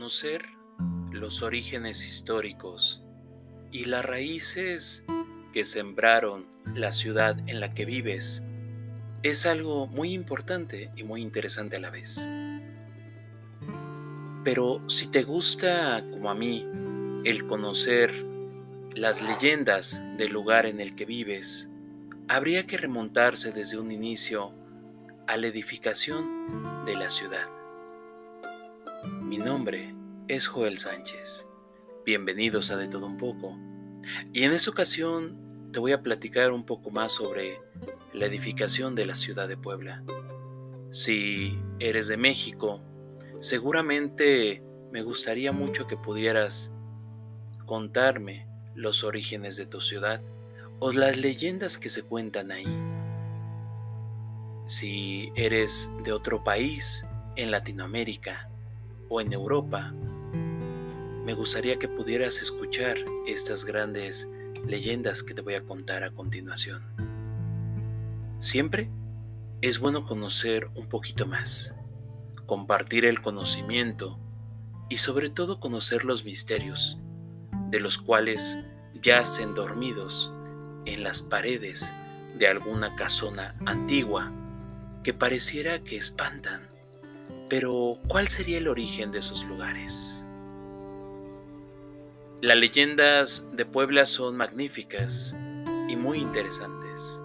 Conocer los orígenes históricos y las raíces que sembraron la ciudad en la que vives es algo muy importante y muy interesante a la vez. Pero si te gusta, como a mí, el conocer las leyendas del lugar en el que vives, habría que remontarse desde un inicio a la edificación de la ciudad. Mi nombre es Joel Sánchez. Bienvenidos a De Todo Un Poco. Y en esta ocasión te voy a platicar un poco más sobre la edificación de la ciudad de Puebla. Si eres de México, seguramente me gustaría mucho que pudieras contarme los orígenes de tu ciudad o las leyendas que se cuentan ahí. Si eres de otro país, en Latinoamérica o en Europa, me gustaría que pudieras escuchar estas grandes leyendas que te voy a contar a continuación. Siempre es bueno conocer un poquito más, compartir el conocimiento y sobre todo conocer los misterios de los cuales yacen dormidos en las paredes de alguna casona antigua que pareciera que espantan. Pero, ¿cuál sería el origen de esos lugares? Las leyendas de Puebla son magníficas y muy interesantes.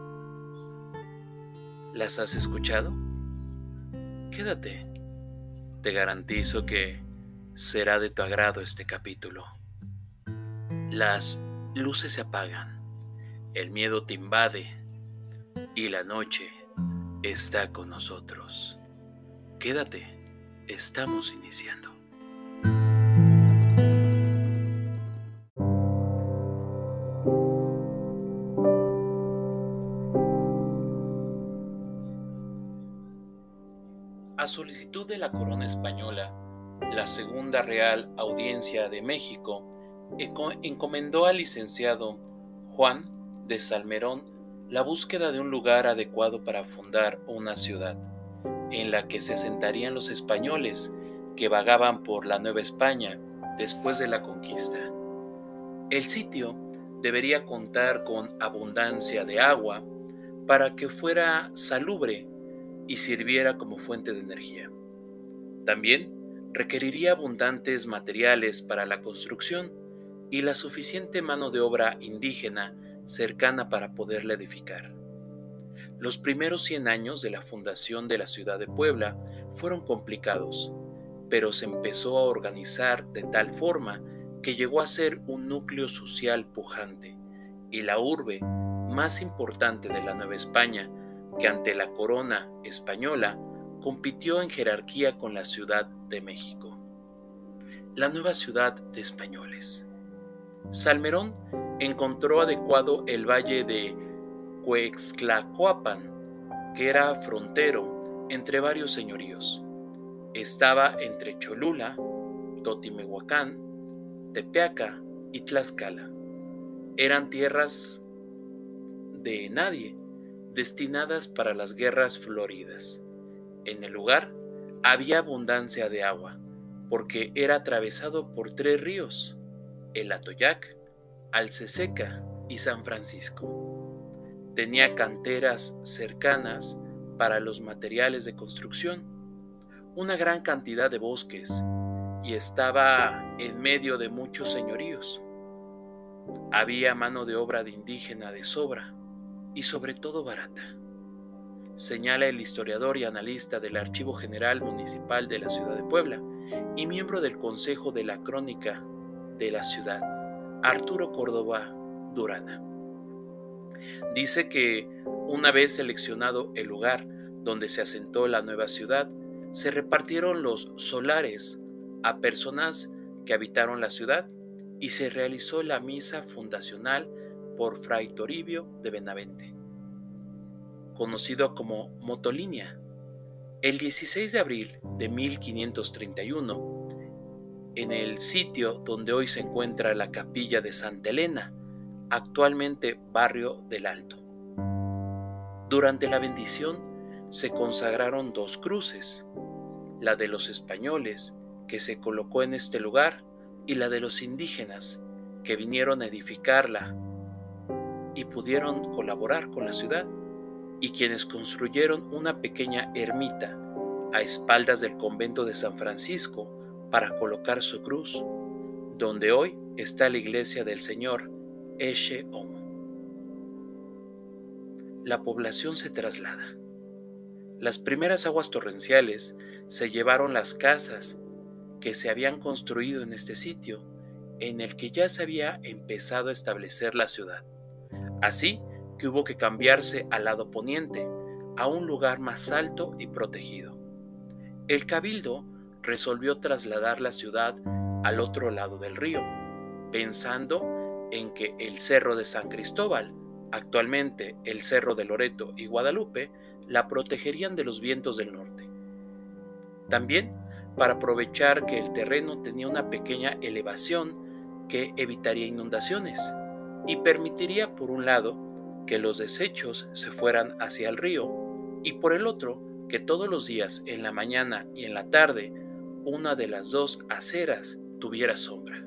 ¿Las has escuchado? Quédate. Te garantizo que será de tu agrado este capítulo. Las luces se apagan, el miedo te invade y la noche está con nosotros. Quédate, estamos iniciando. A solicitud de la corona española, la Segunda Real Audiencia de México encomendó al licenciado Juan de Salmerón la búsqueda de un lugar adecuado para fundar una ciudad, en la que se asentarían los españoles que vagaban por la Nueva España después de la conquista. El sitio debería contar con abundancia de agua para que fuera salubre y sirviera como fuente de energía. También requeriría abundantes materiales para la construcción y la suficiente mano de obra indígena cercana para poderla edificar. Los primeros 100 años de la fundación de la ciudad de Puebla fueron complicados, pero se empezó a organizar de tal forma que llegó a ser un núcleo social pujante y la urbe más importante de la Nueva España, que ante la corona española compitió en jerarquía con la Ciudad de México. La nueva ciudad de españoles. Salmerón encontró adecuado el valle de Cuextlacoapan, que era frontero entre varios señoríos. Estaba entre Cholula, Totimehuacán, Tepeaca y Tlaxcala. Eran tierras de nadie, destinadas para las guerras floridas. En el lugar había abundancia de agua, porque era atravesado por 3 ríos, el Atoyac, Alceseca y San Francisco. Tenía canteras cercanas para los materiales de construcción, una gran cantidad de bosques, y estaba en medio de muchos señoríos. Había mano de obra de indígena de sobra y sobre todo barata. Señala el historiador y analista del Archivo General Municipal de la Ciudad de Puebla y miembro del Consejo de la Crónica de la Ciudad, Arturo Córdoba Durana. Dice que una vez seleccionado el lugar donde se asentó la nueva ciudad, se repartieron los solares a personas que habitaron la ciudad y se realizó la misa fundacional por Fray Toribio de Benavente, conocido como Motolinia. El 16 de abril de 1531, en el sitio donde hoy se encuentra la capilla de Santa Elena, actualmente barrio del Alto. Durante la bendición se consagraron 2 cruces, la de los españoles que se colocó en este lugar y la de los indígenas que vinieron a edificarla y pudieron colaborar con la ciudad, y quienes construyeron una pequeña ermita a espaldas del convento de San Francisco para colocar su cruz, donde hoy está la iglesia del Señor Eshe Homo. La población se traslada. Las primeras aguas torrenciales se llevaron las casas que se habían construido en este sitio, en el que ya se había empezado a establecer la ciudad. Así que hubo que cambiarse al lado poniente, a un lugar más alto y protegido. El cabildo resolvió trasladar la ciudad al otro lado del río, pensando en que el Cerro de San Cristóbal, actualmente el Cerro de Loreto y Guadalupe, la protegerían de los vientos del norte. También para aprovechar que el terreno tenía una pequeña elevación que evitaría inundaciones y permitiría, por un lado, que los desechos se fueran hacia el río, y por el otro, que todos los días, en la mañana y en la tarde, una de las dos aceras tuviera sombra.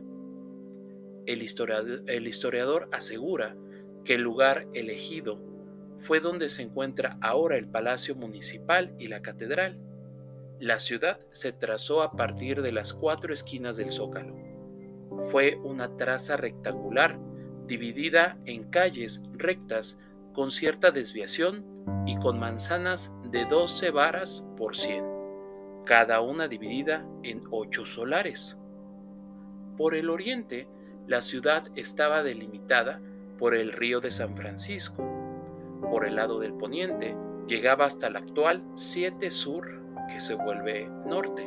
El historiador asegura que el lugar elegido fue donde se encuentra ahora el Palacio Municipal y la Catedral. La ciudad se trazó a partir de las 4 esquinas del Zócalo. Fue una traza rectangular dividida en calles rectas con cierta desviación y con manzanas de 12 varas por 100, cada una dividida en 8 solares. Por el oriente, la ciudad estaba delimitada por el río de San Francisco. Por el lado del poniente, llegaba hasta la actual 7 Sur, que se vuelve norte.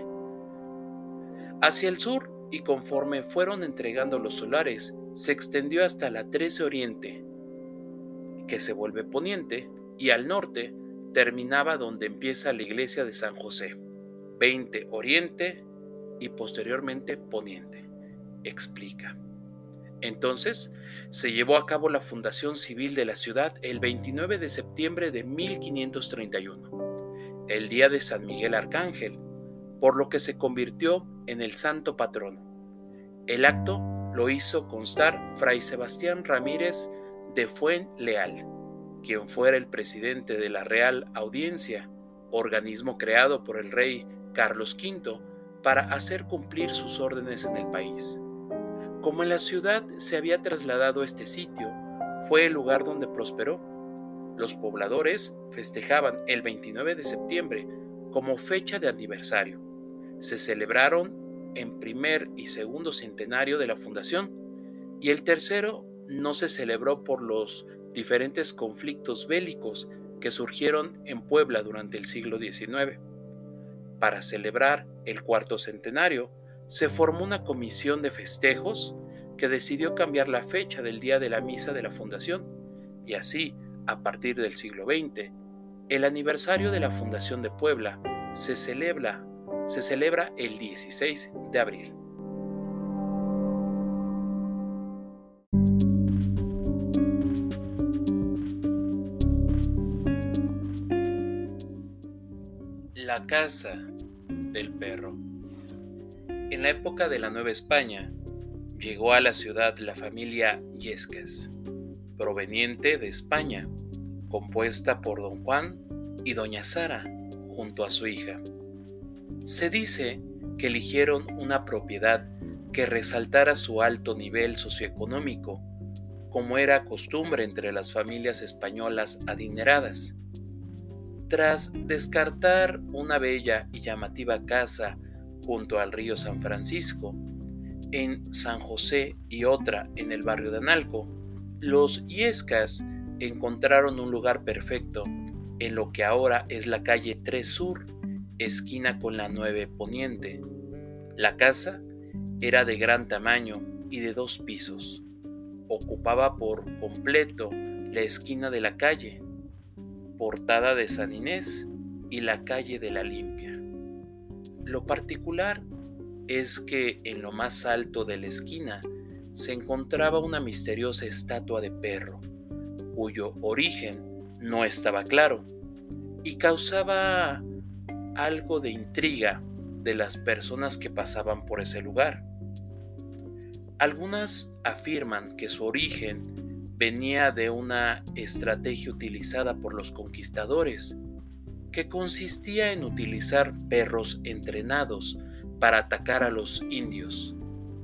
Hacia el sur, y conforme fueron entregando los solares, se extendió hasta la 13 Oriente, que se vuelve poniente, y al norte terminaba donde empieza la iglesia de San José, 20 Oriente y posteriormente poniente, explica. Entonces, se llevó a cabo la fundación civil de la ciudad el 29 de septiembre de 1531, el día de San Miguel Arcángel, por lo que se convirtió en el santo patrono. El acto lo hizo constar Fray Sebastián Ramírez de Fuenleal, quien fuera el presidente de la Real Audiencia, organismo creado por el rey Carlos V para hacer cumplir sus órdenes en el país. Como en la ciudad se había trasladado a este sitio, fue el lugar donde prosperó. Los pobladores festejaban el 29 de septiembre como fecha de aniversario. Se celebraron en primer y segundo centenario de la fundación, y el tercero no se celebró por los diferentes conflictos bélicos que surgieron en Puebla durante el siglo XIX. Para celebrar el cuarto centenario, se formó una comisión de festejos que decidió cambiar la fecha del día de la misa de la fundación, y así, a partir del siglo XX, el aniversario de la fundación de Puebla se celebra el 16 de abril. La casa del perro. En la época de la Nueva España, llegó a la ciudad la familia Illescas, proveniente de España, compuesta por don Juan y doña Sara, junto a su hija. Se dice que eligieron una propiedad que resaltara su alto nivel socioeconómico, como era costumbre entre las familias españolas adineradas. Tras descartar una bella y llamativa casa junto al río San Francisco, en San José y otra en el barrio de Analco, los Illescas encontraron un lugar perfecto en lo que ahora es la calle 3 Sur, esquina con la 9 Poniente. La casa era de gran tamaño y de 2 pisos. Ocupaba por completo la esquina de la calle, Portada de San Inés y la calle de la Limpia. Lo particular es que en lo más alto de la esquina se encontraba una misteriosa estatua de perro, cuyo origen no estaba claro y causaba algo de intriga de las personas que pasaban por ese lugar. Algunas afirman que su origen venía de una estrategia utilizada por los conquistadores, que consistía en utilizar perros entrenados para atacar a los indios.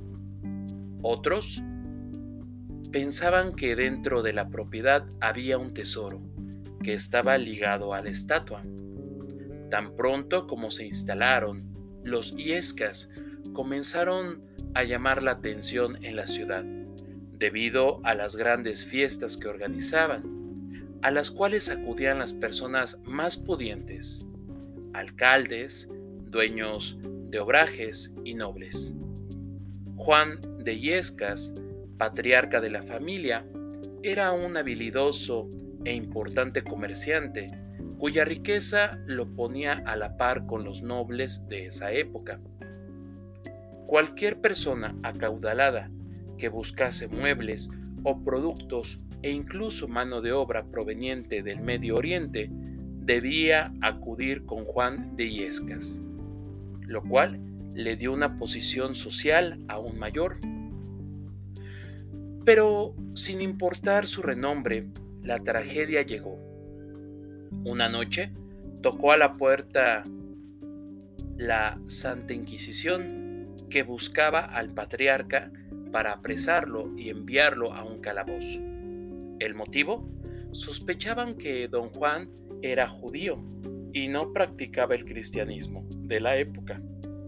Otros pensaban que dentro de la propiedad había un tesoro que estaba ligado a la estatua. Tan pronto como se instalaron, los Illescas comenzaron a llamar la atención en la ciudad, debido a las grandes fiestas que organizaban, a las cuales acudían las personas más pudientes, alcaldes, dueños de obrajes y nobles. Juan de Illescas, patriarca de la familia, era un habilidoso e importante comerciante, cuya riqueza lo ponía a la par con los nobles de esa época. Cualquier persona acaudalada que buscase muebles o productos e incluso mano de obra proveniente del Medio Oriente debía acudir con Juan de Illescas, lo cual le dio una posición social aún mayor. Pero, sin importar su renombre, la tragedia llegó. Una noche tocó a la puerta la Santa Inquisición, que buscaba al patriarca para apresarlo y enviarlo a un calabozo. ¿El motivo? Sospechaban que don Juan era judío y no practicaba el cristianismo de la época.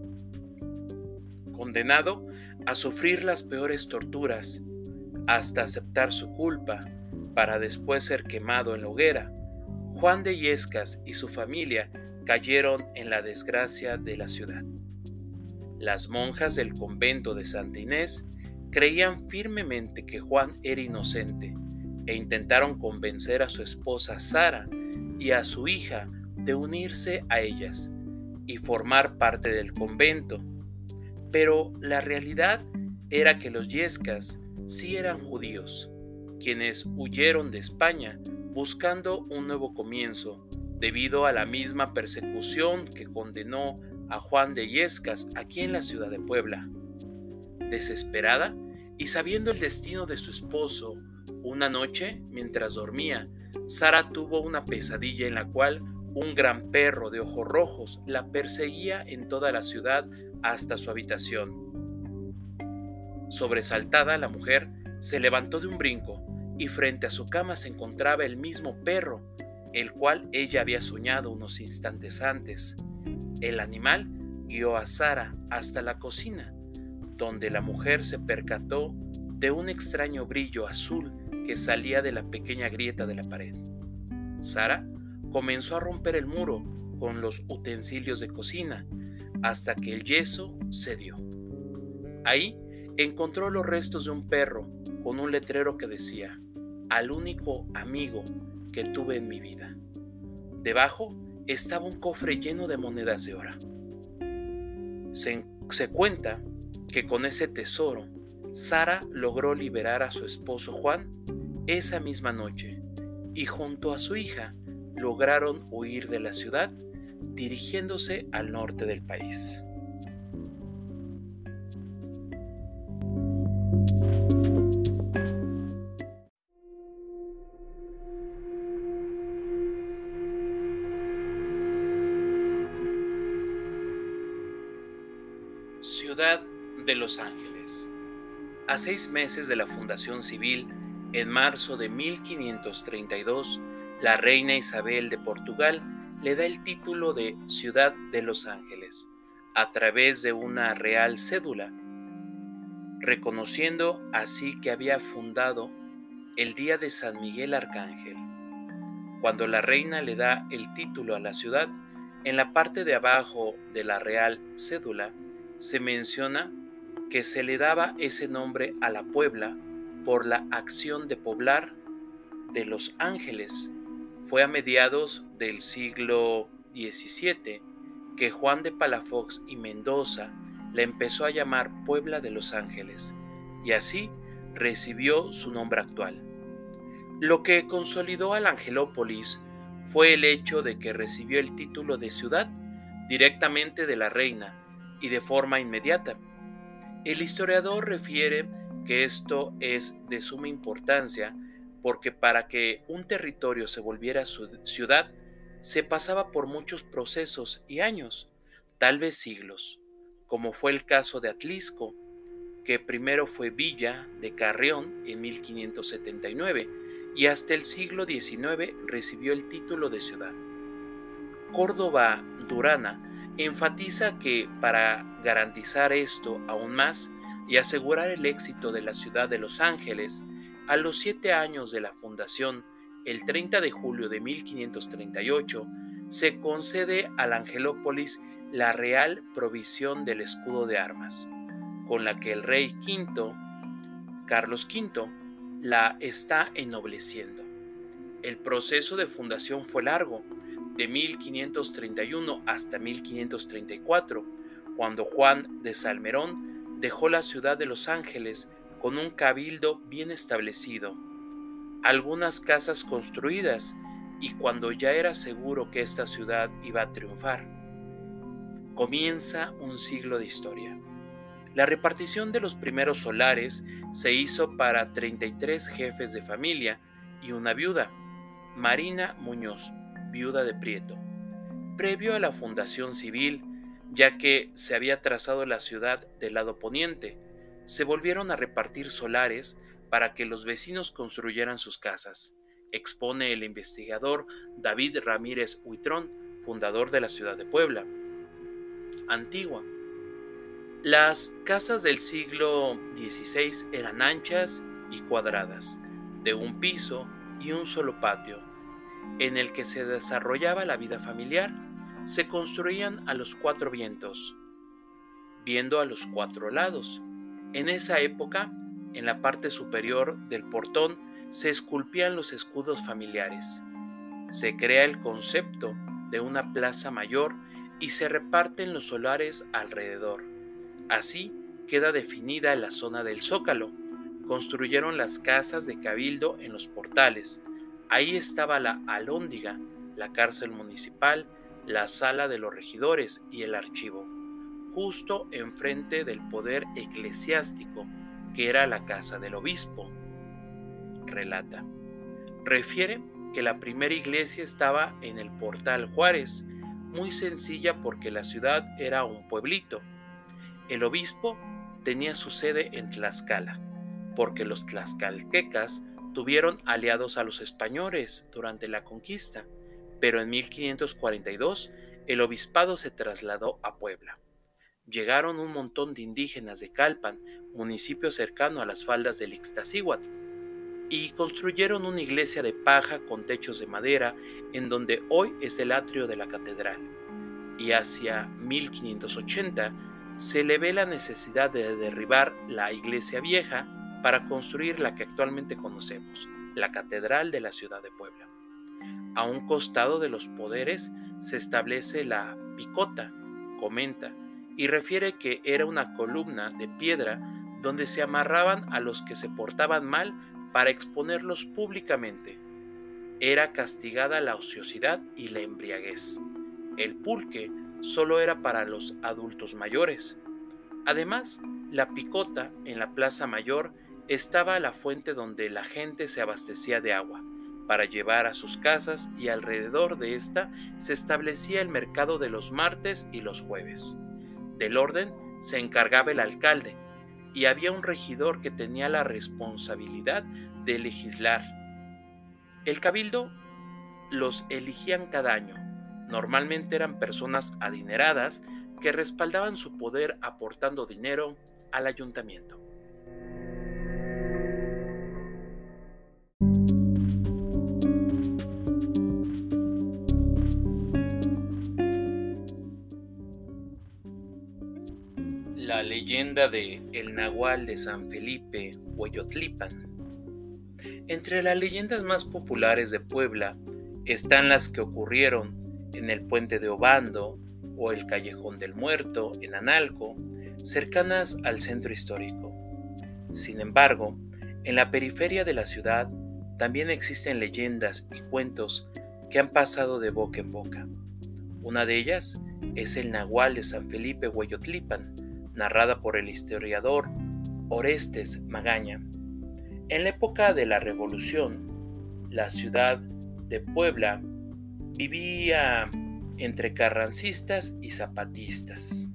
Condenado a sufrir las peores torturas, hasta aceptar su culpa, para después ser quemado en la hoguera, Juan de Illescas y su familia cayeron en la desgracia de la ciudad. Las monjas del convento de Santa Inés creían firmemente que Juan era inocente e intentaron convencer a su esposa Sara y a su hija de unirse a ellas y formar parte del convento. Pero la realidad era que los Illescas sí eran judíos, quienes huyeron de España buscando un nuevo comienzo, debido a la misma persecución que condenó a Juan de Illescas aquí en la ciudad de Puebla. Desesperada y sabiendo el destino de su esposo, una noche, mientras dormía, Sara tuvo una pesadilla en la cual un gran perro de ojos rojos la perseguía en toda la ciudad hasta su habitación. Sobresaltada, la mujer se levantó de un brinco y frente a su cama se encontraba el mismo perro, el cual ella había soñado unos instantes antes. El animal guió a Sara hasta la cocina, donde la mujer se percató de un extraño brillo azul que salía de la pequeña grieta de la pared. Sara comenzó a romper el muro con los utensilios de cocina hasta que el yeso cedió. Ahí encontró los restos de un perro con un letrero que decía: «Al único amigo que tuve en mi vida». Debajo estaba un cofre lleno de monedas de oro. Se cuenta que con ese tesoro, Sara logró liberar a su esposo Juan esa misma noche y junto a su hija lograron huir de la ciudad dirigiéndose al norte del país. Ciudad de Los Ángeles. A 6 meses de la fundación civil, en marzo de 1532, la reina Isabel de Portugal le da el título de Ciudad de Los Ángeles a través de una real cédula, reconociendo así que había fundado el día de San Miguel Arcángel. Cuando la reina le da el título a la ciudad, en la parte de abajo de la real cédula se menciona que se le daba ese nombre a la Puebla por la acción de poblar de Los Ángeles. Fue a mediados del siglo XVII que Juan de Palafox y Mendoza la empezó a llamar Puebla de Los Ángeles, y así recibió su nombre actual. Lo que consolidó a la Angelópolis fue el hecho de que recibió el título de ciudad directamente de la reina, y de forma inmediata. El historiador refiere que esto es de suma importancia porque para que un territorio se volviera ciudad, se pasaba por muchos procesos y años, tal vez siglos, como fue el caso de Atlisco, que primero fue villa de Carrión en 1579 y hasta el siglo XIX recibió el título de ciudad. Córdoba Durana enfatiza que para garantizar esto aún más y asegurar el éxito de la ciudad de Los Ángeles, a los 7 años de la fundación, el 30 de julio de 1538, se concede a la Angelópolis la real provisión del escudo de armas, con la que el rey Carlos V, la está ennobleciendo. El proceso de fundación fue largo, de 1531 hasta 1534, cuando Juan de Salmerón dejó la ciudad de Los Ángeles con un cabildo bien establecido, algunas casas construidas, y cuando ya era seguro que esta ciudad iba a triunfar. Comienza un siglo de historia. La repartición de los primeros solares se hizo para 33 jefes de familia y una viuda, Marina Muñoz, viuda de Prieto. Previo a la fundación civil, ya que se había trazado la ciudad del lado poniente, se volvieron a repartir solares para que los vecinos construyeran sus casas, expone el investigador David Ramírez Huitrón, fundador de la ciudad de Puebla. Antigua. Las casas del siglo XVI eran anchas y cuadradas, de un piso y un solo patio, en el que se desarrollaba la vida familiar. Se construían a los 4 vientos, viendo a los 4 lados. En esa época, en la parte superior del portón se esculpían los escudos familiares. Se crea el concepto de una plaza mayor y se reparten los solares alrededor. Así queda definida la zona del Zócalo. Construyeron las casas de cabildo en los portales. Ahí estaba la Alhóndiga, la cárcel municipal, la sala de los regidores y el archivo, justo enfrente del poder eclesiástico, que era la casa del obispo. Relata. Refiere que la primera iglesia estaba en el Portal Juárez, muy sencilla porque la ciudad era un pueblito. El obispo tenía su sede en Tlaxcala, porque los tlaxcaltecas tuvieron aliados a los españoles durante la conquista, pero en 1542 el obispado se trasladó a Puebla. Llegaron un montón de indígenas de Calpan, municipio cercano a las faldas del Ixtaccíhuatl, y construyeron una iglesia de paja con techos de madera en donde hoy es el atrio de la catedral. Y hacia 1580 se le ve la necesidad de derribar la iglesia vieja para construir la que actualmente conocemos, la Catedral de la ciudad de Puebla. A un costado de los poderes se establece la picota, comenta, y refiere que era una columna de piedra donde se amarraban a los que se portaban mal para exponerlos públicamente. Era castigada la ociosidad y la embriaguez. El pulque solo era para los adultos mayores. Además, la picota en la Plaza Mayor estaba la fuente donde la gente se abastecía de agua para llevar a sus casas, y alrededor de esta se establecía el mercado de los martes y los jueves. Del orden se encargaba el alcalde, y había un regidor que tenía la responsabilidad de legislar. El cabildo los elegían cada año. Normalmente eran personas adineradas que respaldaban su poder aportando dinero al ayuntamiento. La leyenda de El Nahual de San Felipe, Hueyotlipan. Entre las leyendas más populares de Puebla están las que ocurrieron en el Puente de Obando o el Callejón del Muerto en Analco, cercanas al centro histórico. Sin embargo, en la periferia de la ciudad también existen leyendas y cuentos que han pasado de boca en boca. Una de ellas es el Nahual de San Felipe Hueyotlipan, narrada por el historiador Orestes Magaña. En la época de la Revolución, la ciudad de Puebla vivía entre carrancistas y zapatistas,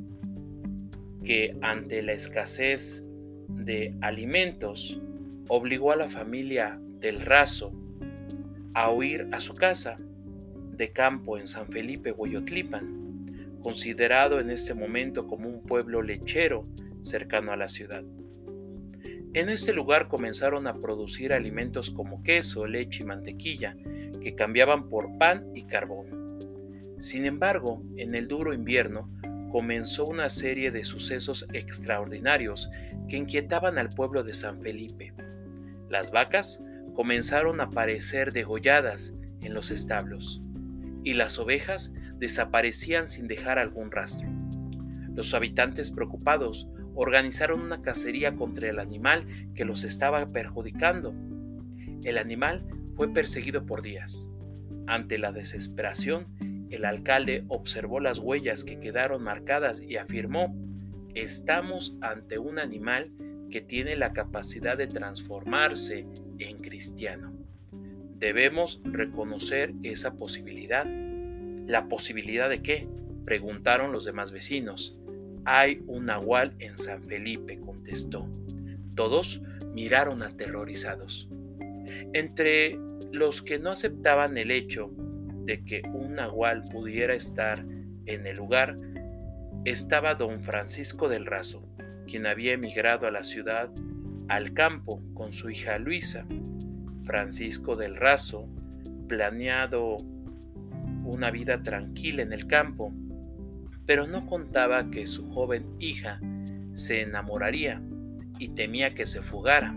que ante la escasez de alimentos obligó a la familia del Razo a huir a su casa de campo en San Felipe Hueyotlipan, considerado en este momento como un pueblo lechero cercano a la ciudad. En este lugar comenzaron a producir alimentos como queso, leche y mantequilla, que cambiaban por pan y carbón. Sin embargo, en el duro invierno comenzó una serie de sucesos extraordinarios que inquietaban al pueblo de San Felipe. Las vacas comenzaron a aparecer degolladas en los establos, y las ovejas desaparecían sin dejar algún rastro. Los habitantes, preocupados, organizaron una cacería contra el animal que los estaba perjudicando. El animal fue perseguido por días. Ante la desesperación, el alcalde observó las huellas que quedaron marcadas y afirmó: «Estamos ante un animal que tiene la capacidad de transformarse en cristiano. Debemos reconocer esa posibilidad». «¿La posibilidad de qué?», preguntaron los demás vecinos. «Hay un nahual en San Felipe», contestó. Todos miraron aterrorizados. Entre los que no aceptaban el hecho de que un nahual pudiera estar en el lugar estaba don Francisco del Razo, quien había emigrado a la ciudad al campo con su hija Luisa. Francisco del Razo, planeado una vida tranquila en el campo, pero no contaba que su joven hija se enamoraría y temía que se fugara.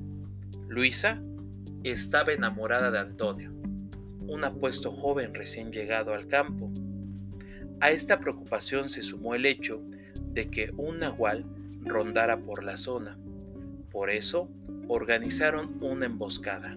Luisa estaba enamorada de Antonio, un apuesto joven recién llegado al campo. A esta preocupación se sumó el hecho de que un nahual rondara por la zona. Por eso organizaron una emboscada.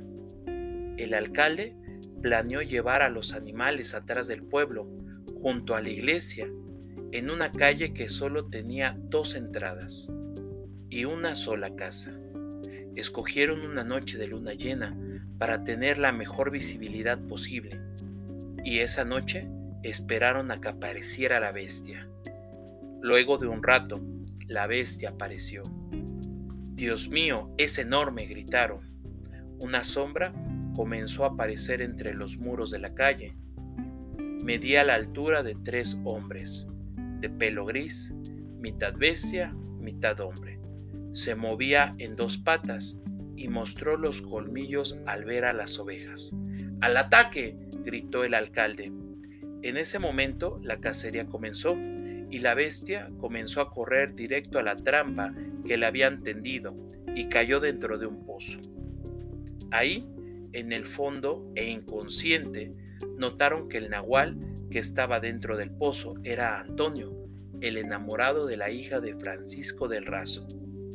El alcalde planeó llevar a los animales atrás del pueblo, junto a la iglesia, en una calle que solo tenía 2 entradas y una sola casa. Escogieron una noche de luna llena para tener la mejor visibilidad posible, y esa noche esperaron a que apareciera la bestia. Luego de un rato, la bestia apareció. «¡Dios mío, es enorme!», gritaron. Una sombra comenzó a aparecer entre los muros de la calle. Medía la altura de 3 hombres, de pelo gris, mitad bestia, mitad hombre. Se movía en 2 patas y mostró los colmillos al ver a las ovejas. «¡Al ataque!», gritó el alcalde. En ese momento la cacería comenzó y la bestia comenzó a correr directo a la trampa que le habían tendido y cayó dentro de un pozo. Ahí, en el fondo e inconsciente, notaron que el nahual que estaba dentro del pozo era Antonio, el enamorado de la hija de Francisco del Razo.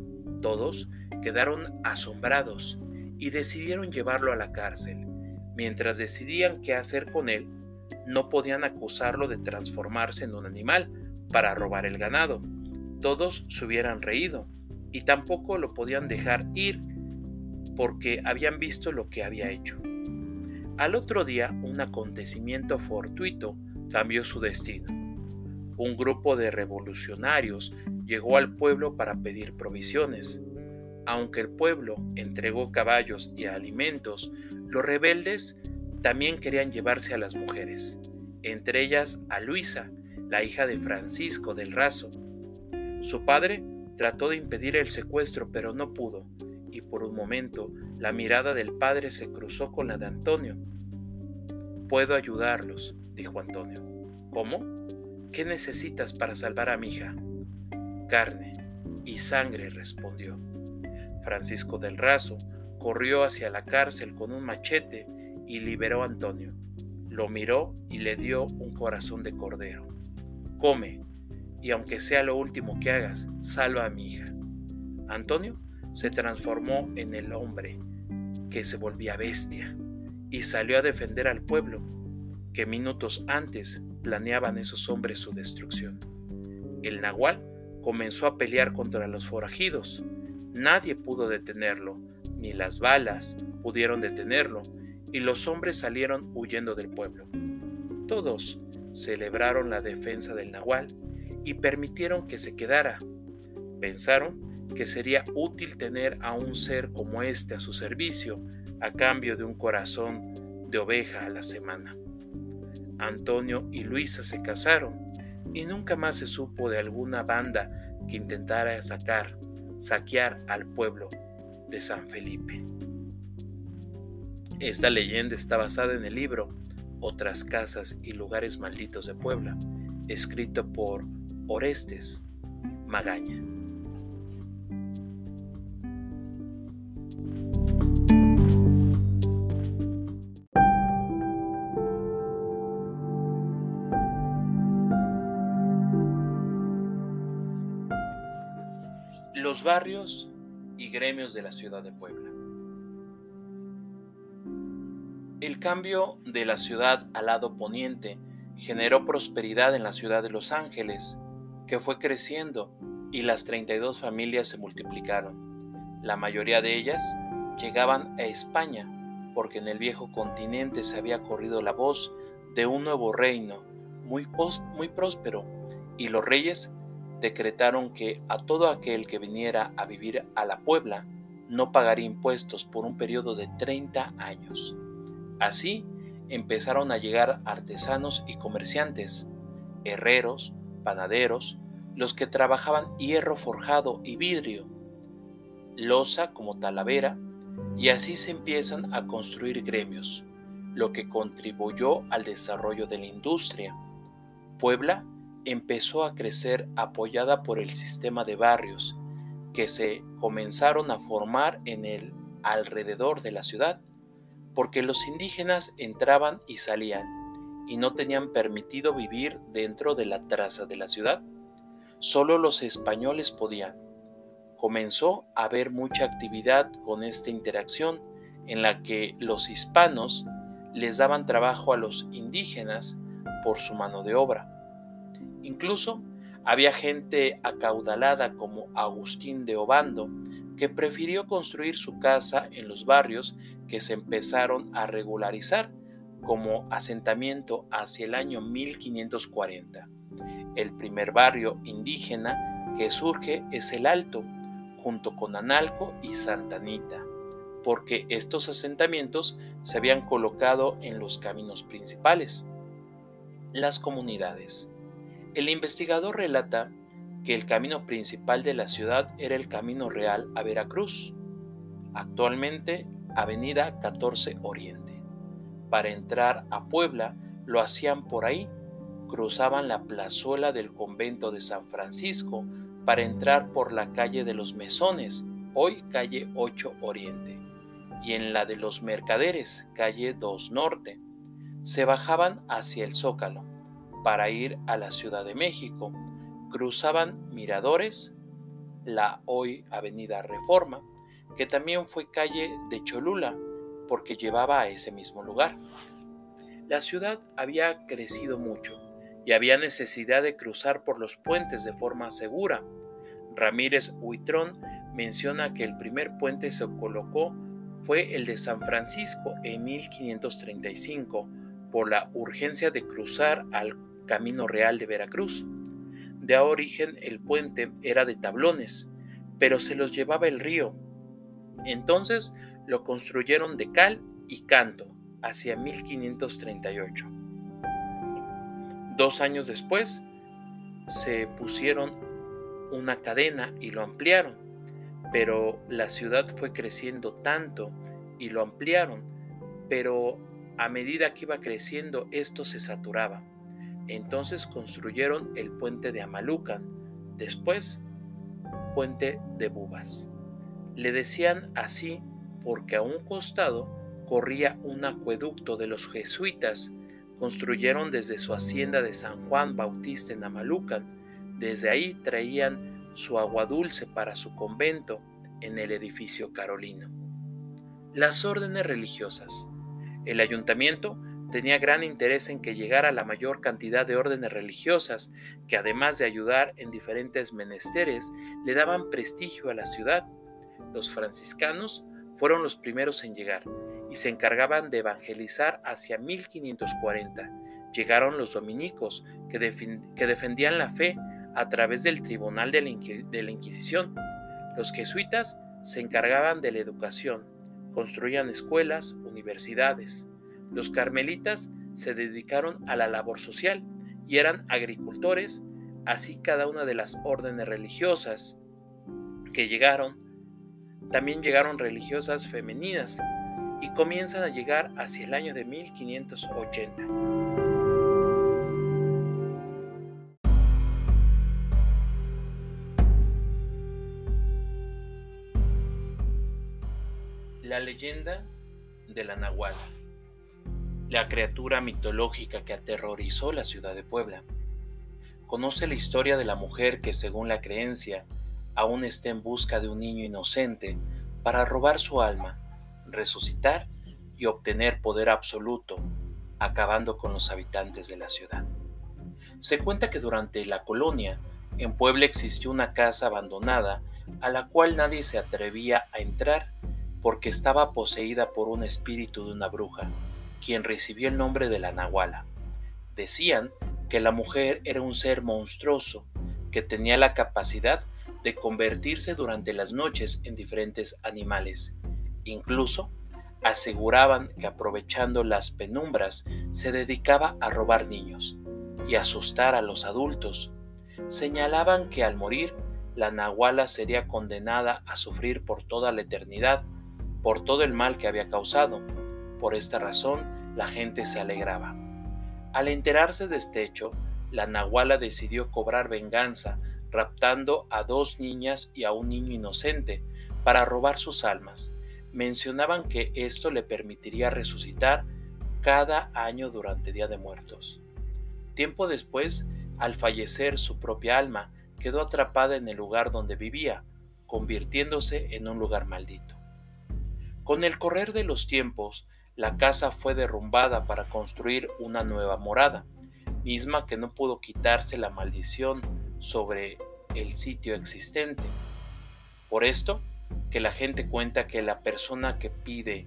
Todos quedaron asombrados y decidieron llevarlo a la cárcel. Mientras decidían qué hacer con él, no podían acusarlo de transformarse en un animal para robar el ganado. Todos se hubieran reído y tampoco lo podían dejar ir porque habían visto lo que había hecho. Al otro día, un acontecimiento fortuito cambió su destino. Un grupo de revolucionarios llegó al pueblo para pedir provisiones. Aunque el pueblo entregó caballos y alimentos, los rebeldes también querían llevarse a las mujeres, entre ellas a Luisa, la hija de Francisco del Razo. Su padre trató de impedir el secuestro, pero no pudo, y por un momento la mirada del padre se cruzó con la de Antonio. «Puedo ayudarlos», dijo Antonio. «¿Cómo? ¿Qué necesitas para salvar a mi hija?» «Carne y sangre», respondió. Francisco del Razo corrió hacia la cárcel con un machete y liberó a Antonio. Lo miró y le dio un corazón de cordero. «Come, y aunque sea lo último que hagas, salva a mi hija». Antonio se transformó en el hombre que se volvía bestia y salió a defender al pueblo, que minutos antes planeaban esos hombres su destrucción. El nahual comenzó a pelear contra los forajidos. Nadie pudo detenerlo, ni las balas pudieron detenerlo, y los hombres salieron huyendo del pueblo. Todos celebraron la defensa del nahual y permitieron que se quedara. Pensaron que sería útil tener a un ser como este a su servicio a cambio de un corazón de oveja a la semana. Antonio y Luisa se casaron y nunca más se supo de alguna banda que intentara saquear al pueblo de San Felipe. Esta leyenda está basada en el libro Otras casas y lugares malditos de Puebla, escrito por Orestes Magaña. Los barrios y gremios de la ciudad de Puebla. El cambio de la ciudad al lado poniente generó prosperidad en la ciudad de Los Ángeles, que fue creciendo y las 32 familias se multiplicaron. La mayoría de ellas llegaban a España porque en el viejo continente se había corrido la voz de un nuevo reino muy próspero, y los reyes decretaron que a todo aquel que viniera a vivir a la Puebla no pagaría impuestos por un periodo de 30 años. Así empezaron a llegar artesanos y comerciantes, herreros, panaderos, los que trabajaban hierro forjado y vidrio, loza como Talavera, y así se empiezan a construir gremios, lo que contribuyó al desarrollo de la industria. Puebla empezó a crecer apoyada por el sistema de barrios que se comenzaron a formar en el alrededor de la ciudad, porque los indígenas entraban y salían y no tenían permitido vivir dentro de la traza de la ciudad. Solo los españoles podían. Comenzó a haber mucha actividad con esta interacción en la que los hispanos les daban trabajo a los indígenas por su mano de obra. Incluso había gente acaudalada como Agustín de Obando, que prefirió construir su casa en los barrios que se empezaron a regularizar como asentamiento hacia el año 1540. El primer barrio indígena que surge es el Alto, junto con Analco y Santa Anita, porque estos asentamientos se habían colocado en los caminos principales. Las comunidades. El investigador relata que el camino principal de la ciudad era el Camino Real a Veracruz, actualmente Avenida 14 Oriente. Para entrar a Puebla lo hacían por ahí, cruzaban la plazuela del convento de San Francisco para entrar por la calle de los Mesones, hoy calle 8 Oriente, y en la de los Mercaderes, calle 2 Norte. Se bajaban hacia el Zócalo para ir a la Ciudad de México, cruzaban Miradores, la hoy Avenida Reforma, que también fue calle de Cholula, porque llevaba a ese mismo lugar. La ciudad había crecido mucho y había necesidad de cruzar por los puentes de forma segura. Ramírez Huitrón menciona que el primer puente se colocó fue el de San Francisco en 1535 por la urgencia de cruzar al Camino Real de Veracruz. De origen el puente era de tablones, pero se los llevaba el río. Entonces lo construyeron de cal y canto hacia 1538. 2 años después se pusieron una cadena y lo ampliaron, pero la ciudad fue creciendo tanto y lo ampliaron, pero a medida que iba creciendo esto se saturaba. Entonces construyeron el puente de Amalucan, después puente de Bubas. Le decían así porque a un costado corría un acueducto de los jesuitas. Construyeron desde su hacienda de San Juan Bautista en Amalucan. Desde ahí traían su agua dulce para su convento en el edificio carolino. Las órdenes religiosas. El ayuntamiento tenía gran interés en que llegara la mayor cantidad de órdenes religiosas que, además de ayudar en diferentes menesteres, le daban prestigio a la ciudad. Los franciscanos fueron los primeros en llegar y se encargaban de evangelizar hacia 1540. Llegaron los dominicos, que defendían la fe a través del tribunal de la Inquisición. Los jesuitas se encargaban de la educación, construían escuelas, universidades. Los carmelitas se dedicaron a la labor social y eran agricultores, así cada una de las órdenes religiosas que llegaron. También llegaron religiosas femeninas y comienzan a llegar hacia el año de 1580. La leyenda de la Nahuala, la criatura mitológica que aterrorizó la ciudad de Puebla. Conoce la historia de la mujer que, según la creencia, aún está en busca de un niño inocente para robar su alma, resucitar y obtener poder absoluto, acabando con los habitantes de la ciudad. Se cuenta que durante la colonia, en Puebla existió una casa abandonada a la cual nadie se atrevía a entrar porque estaba poseída por un espíritu de una bruja, quien recibió el nombre de la Nahuala. Decían que la mujer era un ser monstruoso que tenía la capacidad de convertirse durante las noches en diferentes animales. Incluso aseguraban que, aprovechando las penumbras, se dedicaba a robar niños y asustar a los adultos. Señalaban que al morir, la Nahuala sería condenada a sufrir por toda la eternidad por todo el mal que había causado. Por esta razón, la gente se alegraba. Al enterarse de este hecho, la Nahuala decidió cobrar venganza, raptando a 2 niñas y a un niño inocente para robar sus almas. Mencionaban que esto le permitiría resucitar cada año durante Día de Muertos. Tiempo después, al fallecer, su propia alma quedó atrapada en el lugar donde vivía, convirtiéndose en un lugar maldito. Con el correr de los tiempos, la casa fue derrumbada para construir una nueva morada, misma que no pudo quitarse la maldición sobre el sitio existente. Por esto, que la gente cuenta que la persona que pide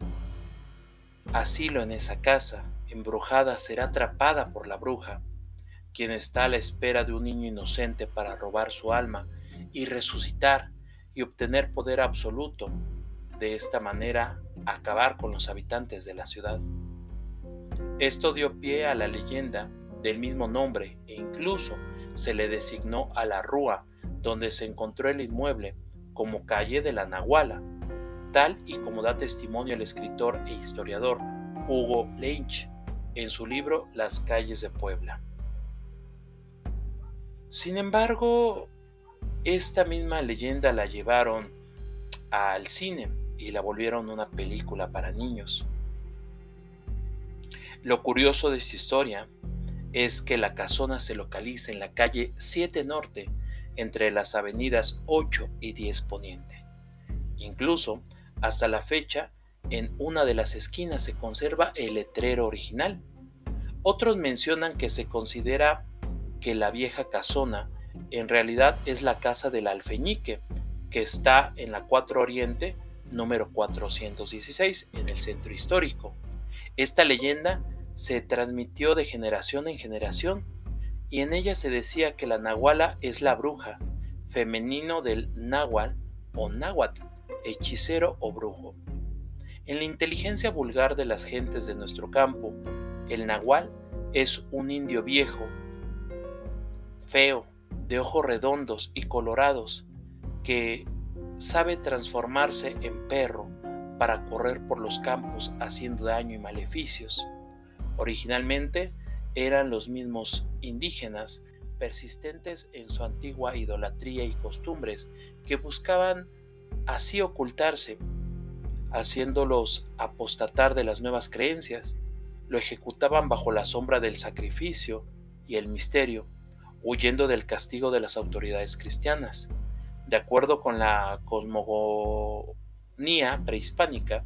asilo en esa casa embrujada será atrapada por la bruja, quien está a la espera de un niño inocente para robar su alma y resucitar y obtener poder absoluto. De esta manera, acabar con los habitantes de la ciudad. Esto dio pie a la leyenda del mismo nombre e incluso se le designó a la rúa donde se encontró el inmueble como calle de la Nahuala, tal y como da testimonio el escritor e historiador Hugo Lynch en su libro Las calles de Puebla. Sin embargo, esta misma leyenda la llevaron al cine y la volvieron una película para niños. Lo curioso de esta historia es que la casona se localiza en la calle 7 Norte, entre las avenidas 8 y 10 Poniente. Incluso, hasta la fecha, en una de las esquinas se conserva el letrero original. Otros mencionan que se considera que la vieja casona en realidad es la casa del alfeñique, que está en la 4 Oriente, número 416, en el centro histórico. Esta leyenda se transmitió de generación en generación y en ella se decía que la Nahuala es la bruja, femenino del náhuatl o náhuatl, hechicero o brujo. En la inteligencia vulgar de las gentes de nuestro campo, el nahual es un indio viejo, feo, de ojos redondos y colorados, que sabe transformarse en perro para correr por los campos haciendo daño y maleficios. Originalmente eran los mismos indígenas, persistentes en su antigua idolatría y costumbres, que buscaban así ocultarse, haciéndolos apostatar de las nuevas creencias. Lo ejecutaban bajo la sombra del sacrificio y el misterio, huyendo del castigo de las autoridades cristianas. De acuerdo con la cosmogonía prehispánica,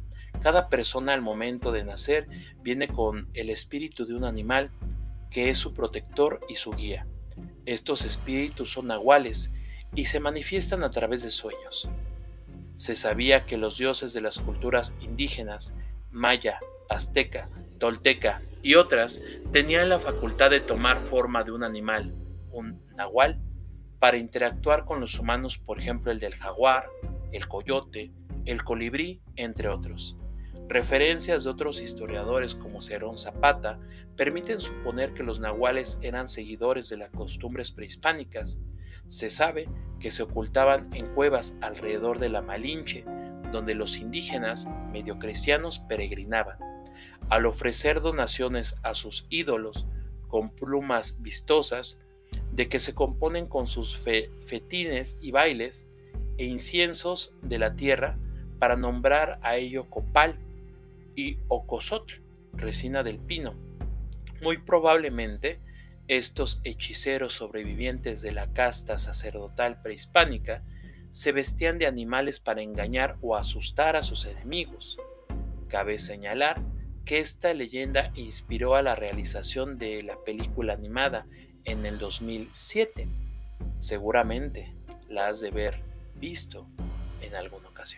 Cada persona al momento de nacer viene con el espíritu de un animal que es su protector y su guía. Estos espíritus son nahuales y se manifiestan a través de sueños. Se sabía que los dioses de las culturas indígenas, maya, azteca, tolteca y otras, tenían la facultad de tomar forma de un animal, un nahual, para interactuar con los humanos, por ejemplo el del jaguar, el coyote, el colibrí, entre otros. Referencias de otros historiadores como Cerón Zapata permiten suponer que los nahuales eran seguidores de las costumbres prehispánicas. Se sabe que se ocultaban en cuevas alrededor de la Malinche, donde los indígenas medio cristianos peregrinaban. Al ofrecer donaciones a sus ídolos con plumas vistosas, de que se componen con sus fetines y bailes e inciensos de la tierra, para nombrar a ello copal y ocosotl, resina del pino. Muy probablemente estos hechiceros sobrevivientes de la casta sacerdotal prehispánica se vestían de animales para engañar o asustar a sus enemigos. Cabe señalar que esta leyenda inspiró a la realización de la película animada en el 2007. Seguramente la has de haber visto en alguna ocasión.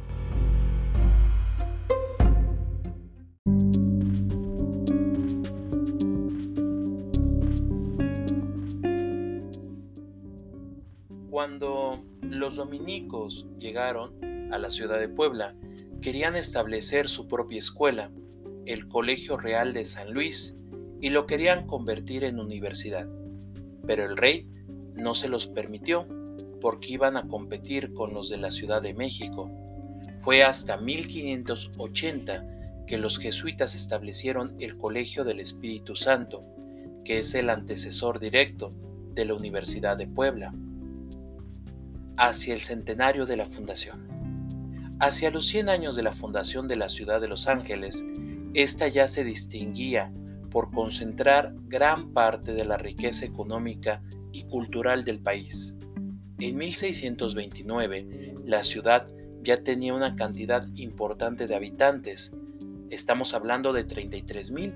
Cuando los dominicos llegaron a la ciudad de Puebla, querían establecer su propia escuela, el Colegio Real de San Luis, y lo querían convertir en universidad. Pero el rey no se los permitió, porque iban a competir con los de la Ciudad de México. Fue hasta 1580 que los jesuitas establecieron el Colegio del Espíritu Santo, que es el antecesor directo de la Universidad de Puebla, hacia el centenario de la fundación. Hacia los 100 años de la fundación de la ciudad de Los Ángeles, esta ya se distinguía por concentrar gran parte de la riqueza económica y cultural del país. En 1629, la ciudad ya tenía una cantidad importante de habitantes. Estamos hablando de 33,000.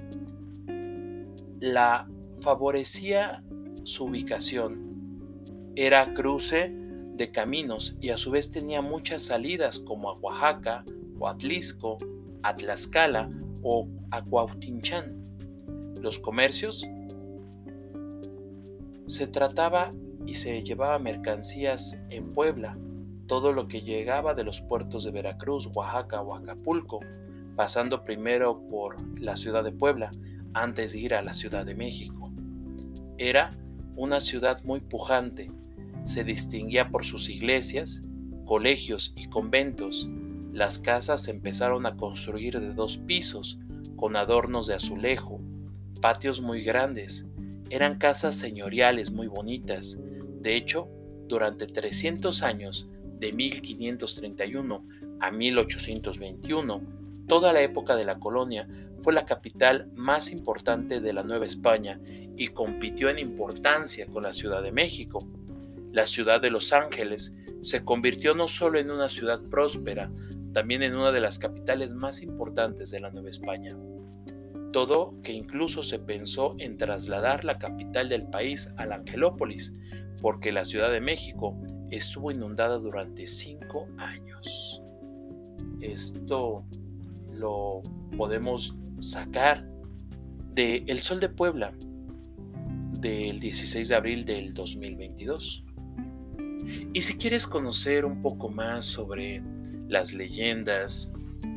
La favorecía su ubicación. Era cruce de caminos y a su vez tenía muchas salidas como a Oaxaca, o a Atlisco, a Tlaxcala o a Cuauhtinchán. Los comercios, se trataba y se llevaba mercancías en Puebla, todo lo que llegaba de los puertos de Veracruz, Oaxaca o Acapulco, pasando primero por la ciudad de Puebla antes de ir a la Ciudad de México. Era una ciudad muy pujante. Se distinguía por sus iglesias, colegios y conventos. Las casas se empezaron a construir de 2 pisos, con adornos de azulejo, patios muy grandes. Eran casas señoriales muy bonitas. De hecho, durante 300 años, de 1531 a 1821, toda la época de la colonia, fue la capital más importante de la Nueva España y compitió en importancia con la Ciudad de México. La ciudad de Los Ángeles se convirtió no solo en una ciudad próspera, también en una de las capitales más importantes de la Nueva España. Todo que incluso se pensó en trasladar la capital del país a la Angelópolis, porque la Ciudad de México estuvo inundada durante 5 años. Esto lo podemos sacar de El Sol de Puebla, del 16 de abril del 2022. Y si quieres conocer un poco más sobre las leyendas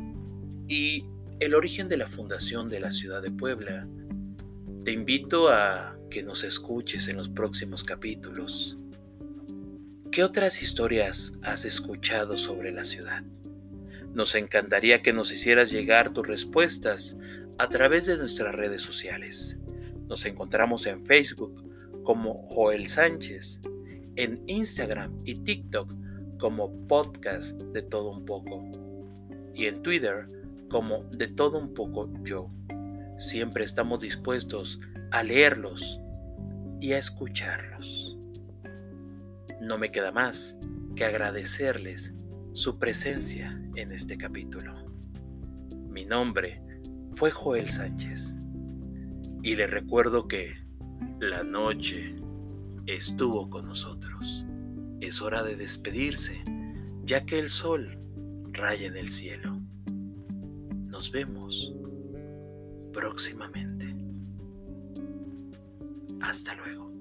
y el origen de la fundación de la ciudad de Puebla, te invito a que nos escuches en los próximos capítulos. ¿Qué otras historias has escuchado sobre la ciudad? Nos encantaría que nos hicieras llegar tus respuestas a través de nuestras redes sociales. Nos encontramos en Facebook como Joel Sánchez, en Instagram y TikTok como Podcast de Todo Un Poco y en Twitter como De Todo Un Poco Yo. Siempre estamos dispuestos a leerlos y a escucharlos. No me queda más que agradecerles su presencia en este capítulo. Mi nombre fue Joel Sánchez y le recuerdo que la noche estuvo con nosotros. Es hora de despedirse, ya que el sol raya en el cielo. Nos vemos próximamente. Hasta luego.